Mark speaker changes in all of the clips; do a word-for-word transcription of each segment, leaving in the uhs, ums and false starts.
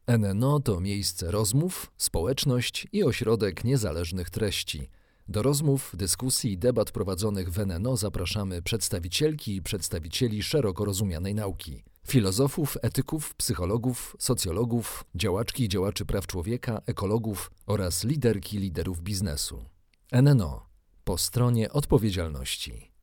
Speaker 1: N N O to miejsce rozmów, społeczność i ośrodek niezależnych treści. Do rozmów, dyskusji i debat prowadzonych w N N O zapraszamy przedstawicielki i przedstawicieli szeroko rozumianej nauki. Filozofów, etyków, psychologów, socjologów, działaczki i działaczy praw człowieka, ekologów oraz liderki liderów biznesu. N N O. Po stronie odpowiedzialności.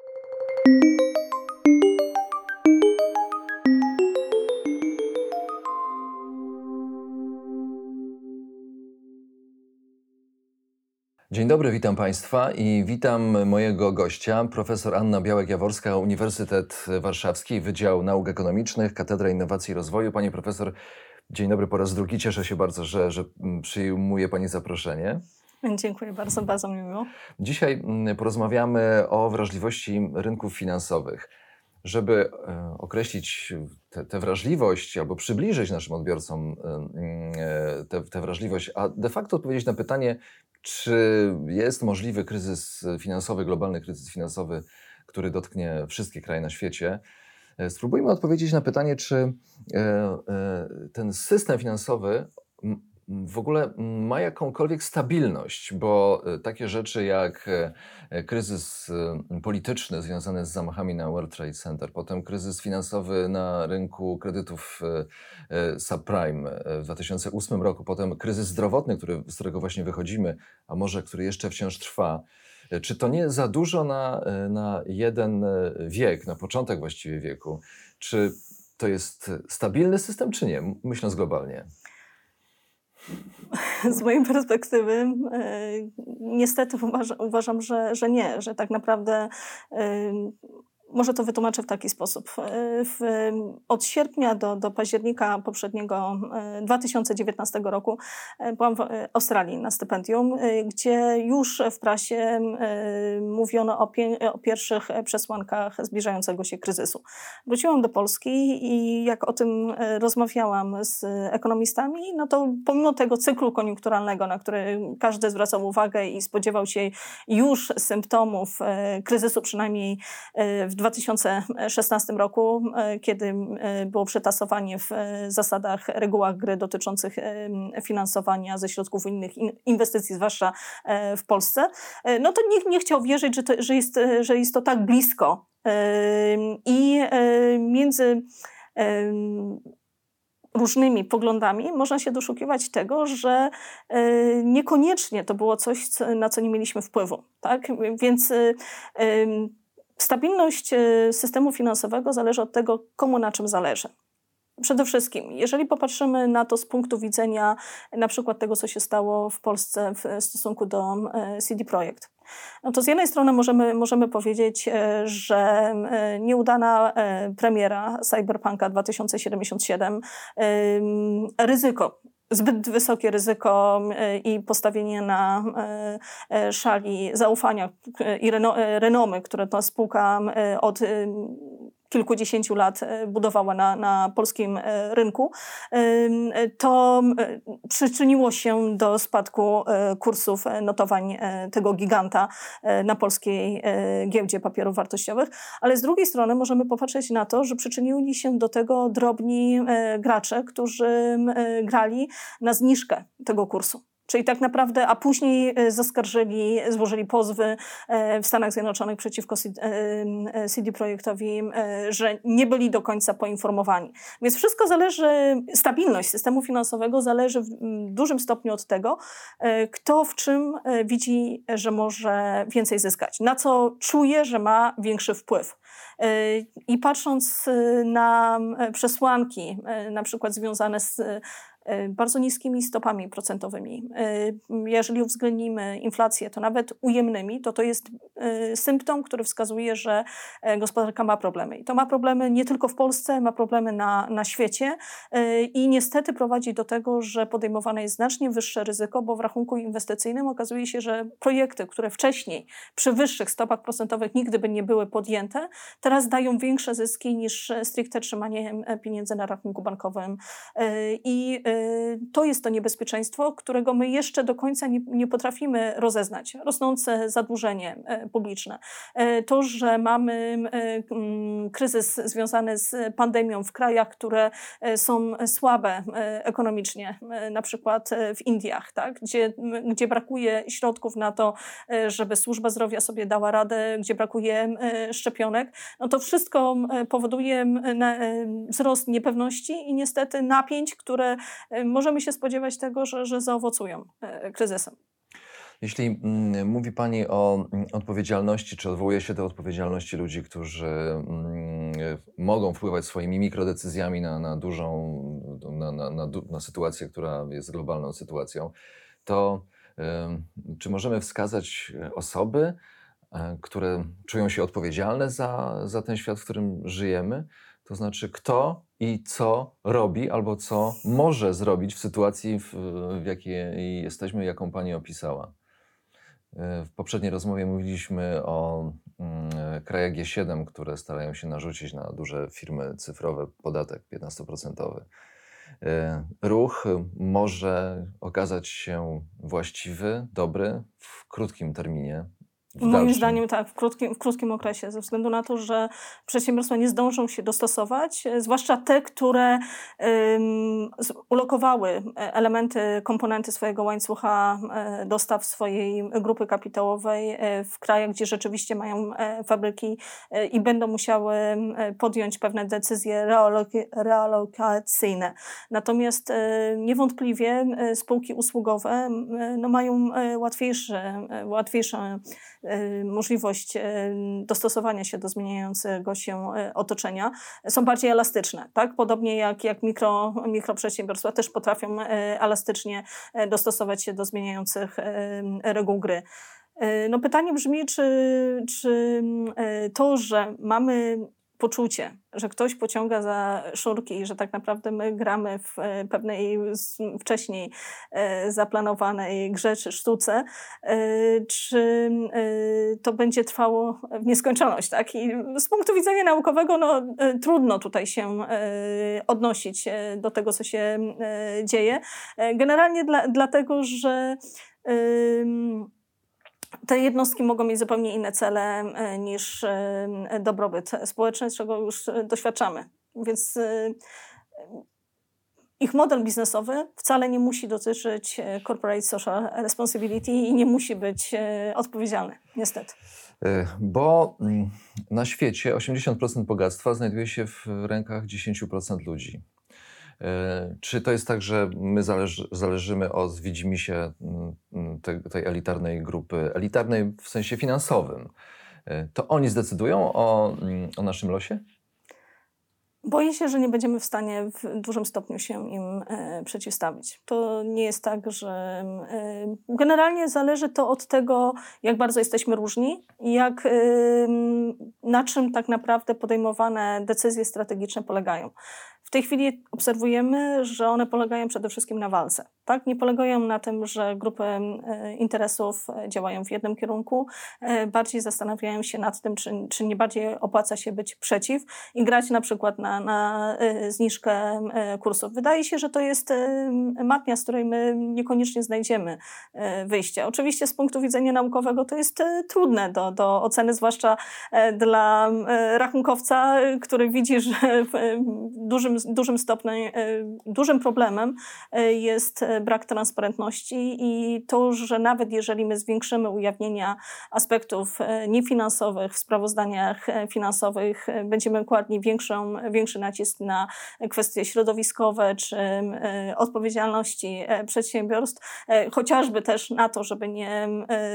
Speaker 2: Dzień dobry, witam Państwa i witam mojego gościa, profesor Anna Białek-Jaworska, Uniwersytet Warszawski, Wydział Nauk Ekonomicznych, Katedra Innowacji i Rozwoju. Pani profesor, dzień dobry po raz drugi. Cieszę się bardzo, że, że przyjmuje Pani zaproszenie.
Speaker 3: Dziękuję bardzo, bardzo mi miło.
Speaker 2: Dzisiaj porozmawiamy o wrażliwości rynków finansowych. Żeby określić tę wrażliwość albo przybliżyć naszym odbiorcom tę wrażliwość, a de facto odpowiedzieć na pytanie, czy jest możliwy kryzys finansowy, globalny kryzys finansowy, który dotknie wszystkie kraje na świecie, spróbujmy odpowiedzieć na pytanie, czy ten system finansowy w ogóle ma jakąkolwiek stabilność, bo takie rzeczy jak kryzys polityczny związany z zamachami na World Trade Center, potem kryzys finansowy na rynku kredytów subprime w dwa tysiące ósmym roku, potem kryzys zdrowotny, który, z którego właśnie wychodzimy, a może który jeszcze wciąż trwa. Czy to nie za dużo na, na jeden wiek, na początek właściwie wieku? Czy to jest stabilny system, czy nie, myśląc globalnie?
Speaker 3: Z mojej perspektywy niestety uważam, uważam że, że nie, że tak naprawdę może to wytłumaczę w taki sposób. W, od sierpnia do, do października poprzedniego dwa tysiące dziewiętnastego roku byłam w Australii na stypendium, gdzie już w prasie mówiono o, pie, o pierwszych przesłankach zbliżającego się kryzysu. Wróciłam do Polski i jak o tym rozmawiałam z ekonomistami, no to pomimo tego cyklu koniunkturalnego, na który każdy zwracał uwagę i spodziewał się już symptomów kryzysu, przynajmniej w dwa tysiące szesnastym roku, kiedy było przetasowanie w zasadach, regułach gry dotyczących finansowania ze środków innych inwestycji, zwłaszcza w Polsce, no to nikt nie chciał wierzyć, że to, że jest, że jest to tak blisko. I między różnymi poglądami można się doszukiwać tego, że niekoniecznie to było coś, na co nie mieliśmy wpływu. Tak? Więc stabilność systemu finansowego zależy od tego, komu na czym zależy. Przede wszystkim, jeżeli popatrzymy na to z punktu widzenia na przykład tego, co się stało w Polsce w stosunku do C D Projekt, no to z jednej strony możemy, możemy powiedzieć, że nieudana premiera Cyberpunka dwa tysiące siedemdziesiąt siedem, ryzyko, zbyt wysokie ryzyko i postawienie na szali zaufania i renomy, które ta spółka od kilkudziesięciu lat budowała na, na polskim rynku, to przyczyniło się do spadku kursów notowań tego giganta na polskiej giełdzie papierów wartościowych. Ale z drugiej strony możemy popatrzeć na to, że przyczynili się do tego drobni gracze, którzy grali na zniżkę tego kursu. Czyli tak naprawdę, a później zaskarżyli, złożyli pozwy w Stanach Zjednoczonych przeciwko C D Projektowi, że nie byli do końca poinformowani. Więc wszystko zależy, stabilność systemu finansowego zależy w dużym stopniu od tego, kto w czym widzi, że może więcej zyskać, na co czuje, że ma większy wpływ. I patrząc na przesłanki, na przykład związane z bardzo niskimi stopami procentowymi. Jeżeli uwzględnimy inflację, to nawet ujemnymi, to to jest symptom, który wskazuje, że gospodarka ma problemy. I to ma problemy nie tylko w Polsce, ma problemy na, na świecie i niestety prowadzi do tego, że podejmowane jest znacznie wyższe ryzyko, bo w rachunku inwestycyjnym okazuje się, że projekty, które wcześniej przy wyższych stopach procentowych nigdy by nie były podjęte, teraz dają większe zyski niż stricte trzymanie pieniędzy na rachunku bankowym. I to jest to niebezpieczeństwo, którego my jeszcze do końca nie, nie potrafimy rozeznać. Rosnące zadłużenie publiczne, to, że mamy kryzys związany z pandemią w krajach, które są słabe ekonomicznie, na przykład w Indiach, tak? gdzie, gdzie brakuje środków na to, żeby służba zdrowia sobie dała radę, gdzie brakuje szczepionek, no to wszystko powoduje wzrost niepewności i niestety napięć, które możemy się spodziewać tego, że, że zaowocują kryzysem.
Speaker 2: Jeśli mm, mówi Pani o mm, odpowiedzialności, czy odwołuje się do odpowiedzialności ludzi, którzy mm, mogą wpływać swoimi mikrodecyzjami na, na dużą, na, na, na, na sytuację, która jest globalną sytuacją, to y, czy możemy wskazać osoby, y, które czują się odpowiedzialne za, za ten świat, w którym żyjemy? To znaczy, kto i co robi, albo co może zrobić w sytuacji, w, w jakiej jesteśmy, jaką Pani opisała. W poprzedniej rozmowie mówiliśmy o mm, krajach G siedem, które starają się narzucić na duże firmy cyfrowe podatek piętnaście procent. Ruch może okazać się właściwy, dobry w krótkim terminie.
Speaker 3: Moim dalszym. zdaniem tak, w krótkim, w krótkim okresie, ze względu na to, że przedsiębiorstwa nie zdążą się dostosować, zwłaszcza te, które um, ulokowały elementy, komponenty swojego łańcucha dostaw swojej grupy kapitałowej w krajach, gdzie rzeczywiście mają fabryki i będą musiały podjąć pewne decyzje realokacyjne. Natomiast niewątpliwie spółki usługowe no, mają łatwiejsze, łatwiejsze możliwość dostosowania się do zmieniającego się otoczenia, są bardziej elastyczne, tak? Podobnie jak, jak mikro, mikroprzedsiębiorstwa też potrafią elastycznie dostosować się do zmieniających reguł gry. No pytanie brzmi, czy, czy to, że mamy poczucie, że ktoś pociąga za sznurki i że tak naprawdę my gramy w pewnej wcześniej zaplanowanej grze czy sztuce, czy to będzie trwało w nieskończoność, tak? I z punktu widzenia naukowego no, trudno tutaj się odnosić do tego, co się dzieje. Generalnie dla, dlatego, że te jednostki mogą mieć zupełnie inne cele niż dobrobyt społeczny, czego już doświadczamy. Więc ich model biznesowy wcale nie musi dotyczyć corporate social responsibility i nie musi być odpowiedzialny, niestety.
Speaker 2: Bo na świecie osiemdziesiąt procent bogactwa znajduje się w rękach dziesięć procent ludzi. Czy to jest tak, że my zależy, zależymy od widzimisię tej, tej elitarnej grupy, elitarnej w sensie finansowym? To oni zdecydują o, o naszym losie?
Speaker 3: Boję się, że nie będziemy w stanie w dużym stopniu się im e, przeciwstawić. To nie jest tak, że e, generalnie zależy to od tego, jak bardzo jesteśmy różni i jak, e, na czym tak naprawdę podejmowane decyzje strategiczne polegają. W tej chwili obserwujemy, że one polegają przede wszystkim na walce. Tak? Nie polegają na tym, że grupy interesów działają w jednym kierunku, bardziej zastanawiają się nad tym, czy, czy nie bardziej opłaca się być przeciw i grać na przykład na, na zniżkę kursów. Wydaje się, że to jest matnia, z której my niekoniecznie znajdziemy wyjście. Oczywiście z punktu widzenia naukowego to jest trudne do, do oceny, zwłaszcza dla rachunkowca, który widzi, że w dużym dużym stopniu, dużym problemem jest brak transparentności i to, że nawet jeżeli my zwiększymy ujawnienia aspektów niefinansowych w sprawozdaniach finansowych, będziemy kładli większą, większy nacisk na kwestie środowiskowe czy odpowiedzialności przedsiębiorstw, chociażby też na to, żeby nie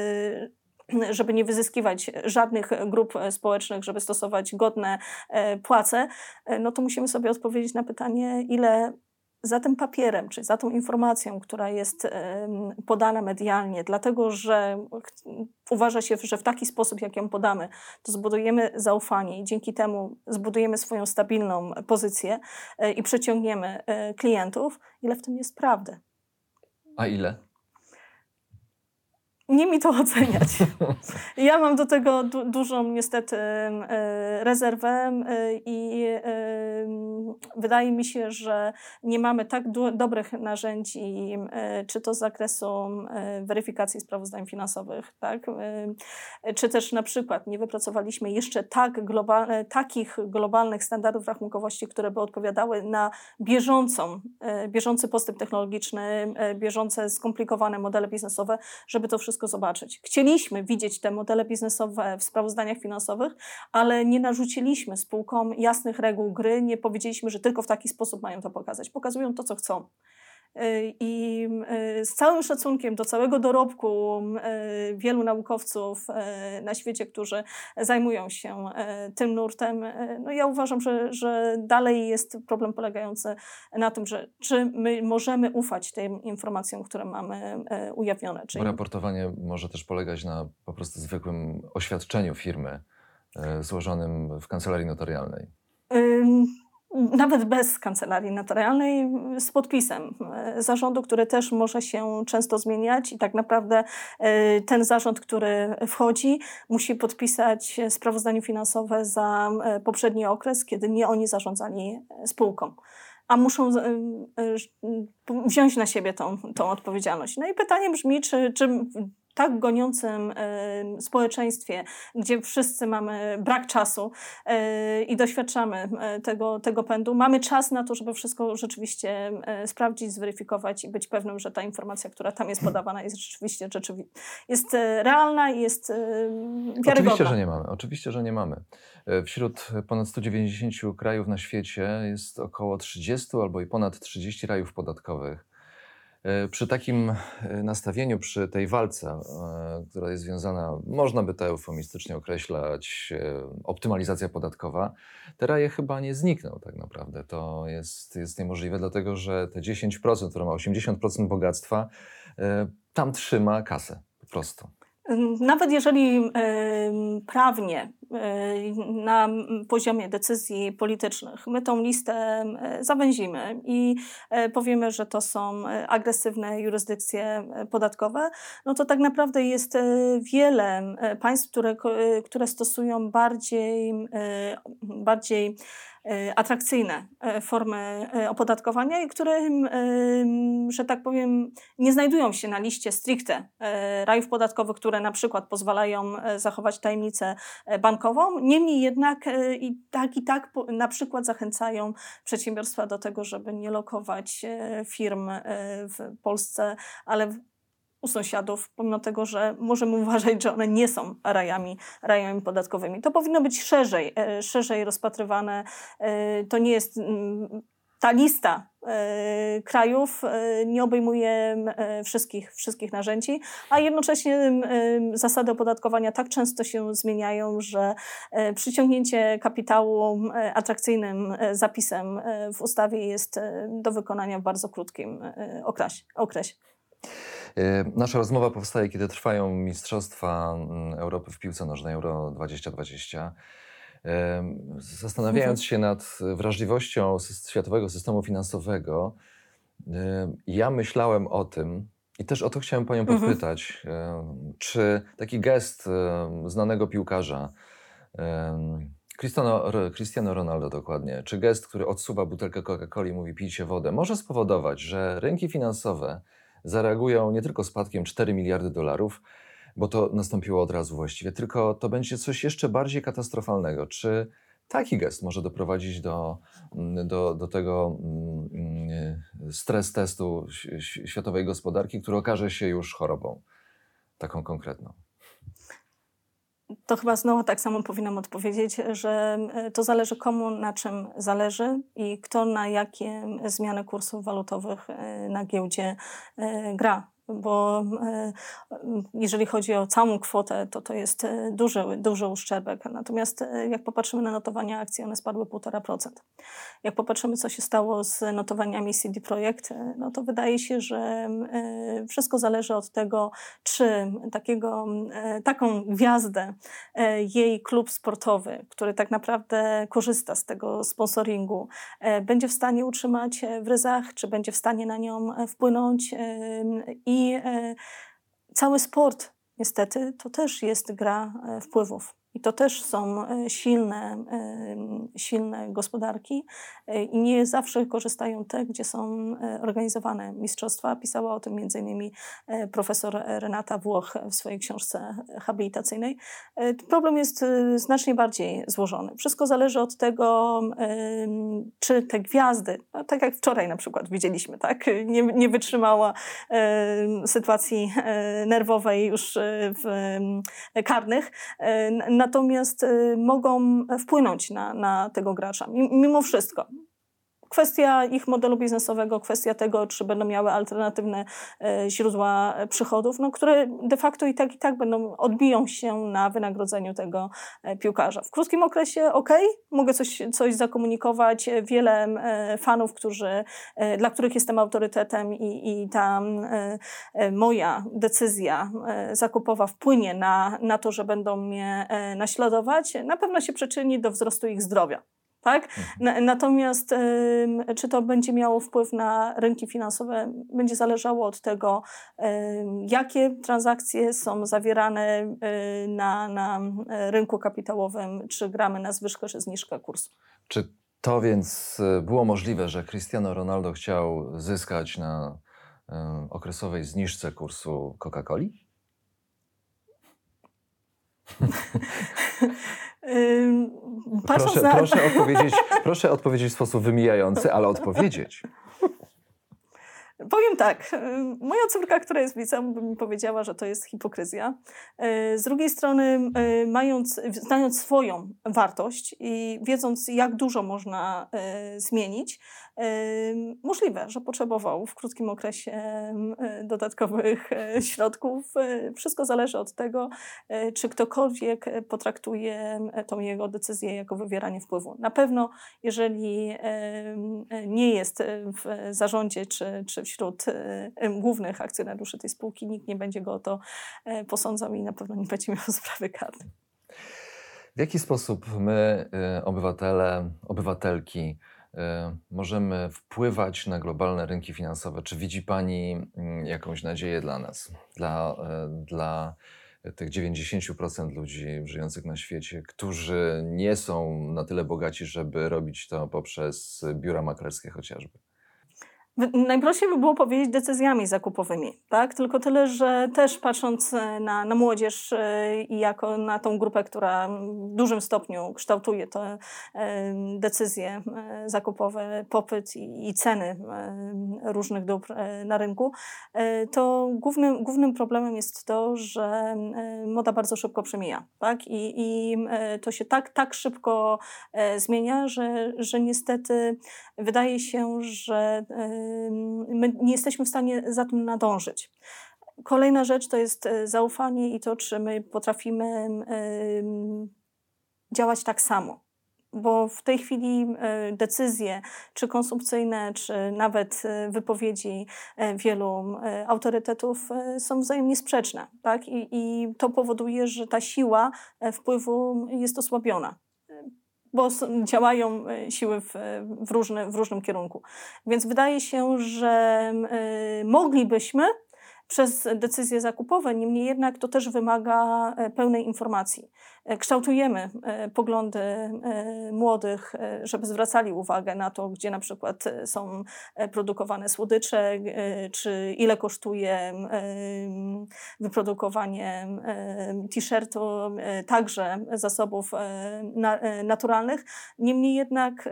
Speaker 3: żeby nie wyzyskiwać żadnych grup społecznych, żeby stosować godne płace, no to musimy sobie odpowiedzieć na pytanie, ile za tym papierem, czy za tą informacją, która jest podana medialnie, dlatego że uważa się, że w taki sposób, jak ją podamy, to zbudujemy zaufanie i dzięki temu zbudujemy swoją stabilną pozycję i przyciągniemy klientów, ile w tym jest prawdy.
Speaker 2: A ile?
Speaker 3: Nie mi to oceniać. Ja mam do tego du dużą niestety rezerwę i wydaje mi się, że nie mamy tak dobrych narzędzi, czy to z zakresu weryfikacji sprawozdań finansowych, tak? Czy też na przykład nie wypracowaliśmy jeszcze tak global, takich globalnych standardów rachunkowości, które by odpowiadały na bieżącą, bieżący postęp technologiczny, bieżące skomplikowane modele biznesowe, żeby to wszystko zobaczyć. Chcieliśmy widzieć te modele biznesowe w sprawozdaniach finansowych, ale nie narzuciliśmy spółkom jasnych reguł gry, nie powiedzieliśmy, że tylko w taki sposób mają to pokazać. Pokazują to, co chcą. I z całym szacunkiem do całego dorobku wielu naukowców na świecie, którzy zajmują się tym nurtem, no ja uważam, że, że dalej jest problem polegający na tym, że czy my możemy ufać tym informacjom, które mamy ujawnione.
Speaker 2: Czyli... Raportowanie może też polegać na po prostu zwykłym oświadczeniu firmy złożonym w kancelarii notarialnej.
Speaker 3: Ym... Nawet bez kancelarii notarialnej, z podpisem zarządu, który też może się często zmieniać i tak naprawdę ten zarząd, który wchodzi, musi podpisać sprawozdanie finansowe za poprzedni okres, kiedy nie oni zarządzali spółką, a muszą wziąć na siebie tą, tą odpowiedzialność. No i pytanie brzmi, czy, czy tak goniącym y, społeczeństwie, gdzie wszyscy mamy brak czasu y, i doświadczamy y, tego, tego pędu, mamy czas na to, żeby wszystko rzeczywiście y, sprawdzić, zweryfikować i być pewnym, że ta informacja, która tam jest podawana, jest rzeczywiście rzeczywi- jest y, realna i jest y, wiarygodna.
Speaker 2: Oczywiście, że nie mamy. Oczywiście, że nie mamy. Wśród ponad stu dziewięćdziesięciu krajów na świecie jest około trzydziestu albo i ponad trzydziestu rajów podatkowych. Przy takim nastawieniu, przy tej walce, która jest związana, można by to eufemistycznie określać, optymalizacja podatkowa, te raje chyba nie znikną tak naprawdę. To jest, jest niemożliwe, dlatego że te dziesięć procent, które ma osiemdziesiąt procent bogactwa, tam trzyma kasę po prostu.
Speaker 3: Nawet jeżeli y, prawnie y, na poziomie decyzji politycznych my tą listę y, zawęzimy i y, powiemy, że to są agresywne jurysdykcje podatkowe, no to tak naprawdę jest y, wiele y, państw, które, y, które stosują bardziej, y, bardziej atrakcyjne formy opodatkowania i które, że tak powiem, nie znajdują się na liście stricte rajów podatkowych, które na przykład pozwalają zachować tajemnicę bankową. Niemniej jednak i tak i tak na przykład zachęcają przedsiębiorstwa do tego, żeby nie lokować firm w Polsce, ale u sąsiadów, pomimo tego, że możemy uważać, że one nie są rajami, rajami podatkowymi. To powinno być szerzej, szerzej rozpatrywane. To nie jest ta lista krajów, nie obejmuje wszystkich, wszystkich narzędzi, a jednocześnie zasady opodatkowania tak często się zmieniają, że przyciągnięcie kapitału atrakcyjnym zapisem w ustawie jest do wykonania w bardzo krótkim okresie.
Speaker 2: Nasza rozmowa powstaje, kiedy trwają Mistrzostwa Europy w piłce nożnej Euro dwadzieścia dwadzieścia. Zastanawiając się nad wrażliwością światowego systemu finansowego, ja myślałem o tym i też o to chciałem Panią podpytać, czy taki gest znanego piłkarza, Cristiano, Cristiano Ronaldo dokładnie, czy gest, który odsuwa butelkę Coca-Coli i mówi pijcie wodę, może spowodować, że rynki finansowe zareagują nie tylko spadkiem cztery miliardy dolarów, bo to nastąpiło od razu właściwie, tylko to będzie coś jeszcze bardziej katastrofalnego. Czy taki gest może doprowadzić do, do, do tego stres testu światowej gospodarki, który okaże się już chorobą taką konkretną?
Speaker 3: To chyba znowu tak samo powinnam odpowiedzieć, że to zależy komu na czym zależy i kto na jakie zmiany kursów walutowych na giełdzie gra. Bo jeżeli chodzi o całą kwotę, to to jest duży, duży uszczerbek. Natomiast jak popatrzymy na notowania akcji, one spadły półtora procent. Jak popatrzymy, co się stało z notowaniami C D Projekt, no to wydaje się, że wszystko zależy od tego, czy takiego, taką gwiazdę jej klub sportowy, który tak naprawdę korzysta z tego sponsoringu, będzie w stanie utrzymać w ryzach, czy będzie w stanie na nią wpłynąć i I cały sport niestety to też jest gra wpływów. I to też są silne, silne gospodarki i nie zawsze korzystają te, gdzie są organizowane mistrzostwa. Pisała o tym między innymi profesor Renata Włoch w swojej książce habilitacyjnej. Problem jest znacznie bardziej złożony. Wszystko zależy od tego, czy te gwiazdy, no tak jak wczoraj na przykład widzieliśmy, tak, nie, nie wytrzymała sytuacji nerwowej już w karnych, natomiast mogą wpłynąć na, na tego gracza. Mimo wszystko. Kwestia ich modelu biznesowego, kwestia tego, czy będą miały alternatywne źródła przychodów, no, które de facto i tak, i tak będą, odbiją się na wynagrodzeniu tego piłkarza. W krótkim okresie okej, okay, mogę coś, coś zakomunikować. Wiele fanów, którzy, dla których jestem autorytetem i, i ta moja decyzja zakupowa wpłynie na, na to, że będą mnie naśladować, na pewno się przyczyni do wzrostu ich zdrowia. Tak? Natomiast y, czy to będzie miało wpływ na rynki finansowe, będzie zależało od tego, y, jakie transakcje są zawierane y, na, na rynku kapitałowym, czy gramy na zwyżkę, czy zniżkę kursu.
Speaker 2: Czy to więc było możliwe, że Cristiano Ronaldo chciał zyskać na y, okresowej zniżce kursu Coca-Coli?
Speaker 3: Proszę,
Speaker 2: na... proszę, odpowiedzieć, proszę odpowiedzieć w sposób wymijający, ale odpowiedzieć.
Speaker 3: Powiem tak, moja córka, która jest w liceum, by mi powiedziała, że to jest hipokryzja. Z drugiej strony, mając, znając swoją wartość i wiedząc, jak dużo można zmienić, możliwe, że potrzebował w krótkim okresie dodatkowych środków. Wszystko zależy od tego, czy ktokolwiek potraktuje tą jego decyzję jako wywieranie wpływu. Na pewno, jeżeli nie jest w zarządzie czy, czy wśród głównych akcjonariuszy tej spółki, nikt nie będzie go o to posądzał i na pewno nie będzie miał sprawy karnej.
Speaker 2: W jaki sposób my, obywatele, obywatelki, możemy wpływać na globalne rynki finansowe? Czy widzi Pani jakąś nadzieję dla nas, dla, dla tych dziewięćdziesięciu procent ludzi żyjących na świecie, którzy nie są na tyle bogaci, żeby robić to poprzez biura maklerskie chociażby?
Speaker 3: Najprościej by było powiedzieć decyzjami zakupowymi, tak? Tylko tyle, że też patrząc na, na młodzież i jako na tą grupę, która w dużym stopniu kształtuje te decyzje zakupowe, popyt i, i ceny różnych dóbr na rynku, to głównym, głównym problemem jest to, że moda bardzo szybko przemija, tak? I, i to się tak, tak szybko zmienia, że, że niestety wydaje się, że my nie jesteśmy w stanie za tym nadążyć. Kolejna rzecz to jest zaufanie i to, czy my potrafimy działać tak samo. Bo w tej chwili decyzje, czy konsumpcyjne, czy nawet wypowiedzi wielu autorytetów są wzajemnie sprzeczne. Tak? I, i to powoduje, że ta siła wpływu jest osłabiona, bo działają siły w, w, różny, w różnym kierunku. Więc wydaje się, że y, moglibyśmy przez decyzje zakupowe, niemniej jednak to też wymaga pełnej informacji. Kształtujemy poglądy młodych, żeby zwracali uwagę na to, gdzie na przykład są produkowane słodycze, czy ile kosztuje wyprodukowanie t-shirtu, także zasobów naturalnych. Niemniej jednak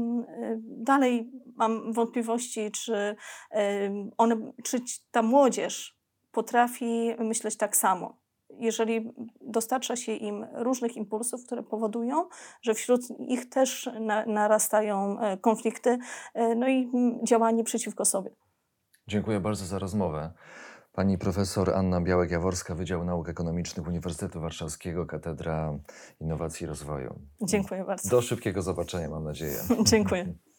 Speaker 3: dalej mam wątpliwości, czy, one, czy ta młodzież potrafi myśleć tak samo. Jeżeli dostarcza się im różnych impulsów, które powodują, że wśród nich też na, narastają konflikty, no i działanie przeciwko sobie.
Speaker 2: Dziękuję bardzo za rozmowę. Pani profesor Anna Białek-Jaworska, Wydział Nauk Ekonomicznych Uniwersytetu Warszawskiego, Katedra Innowacji i Rozwoju.
Speaker 3: Dziękuję bardzo.
Speaker 2: Do szybkiego zobaczenia, mam nadzieję.
Speaker 3: Dziękuję.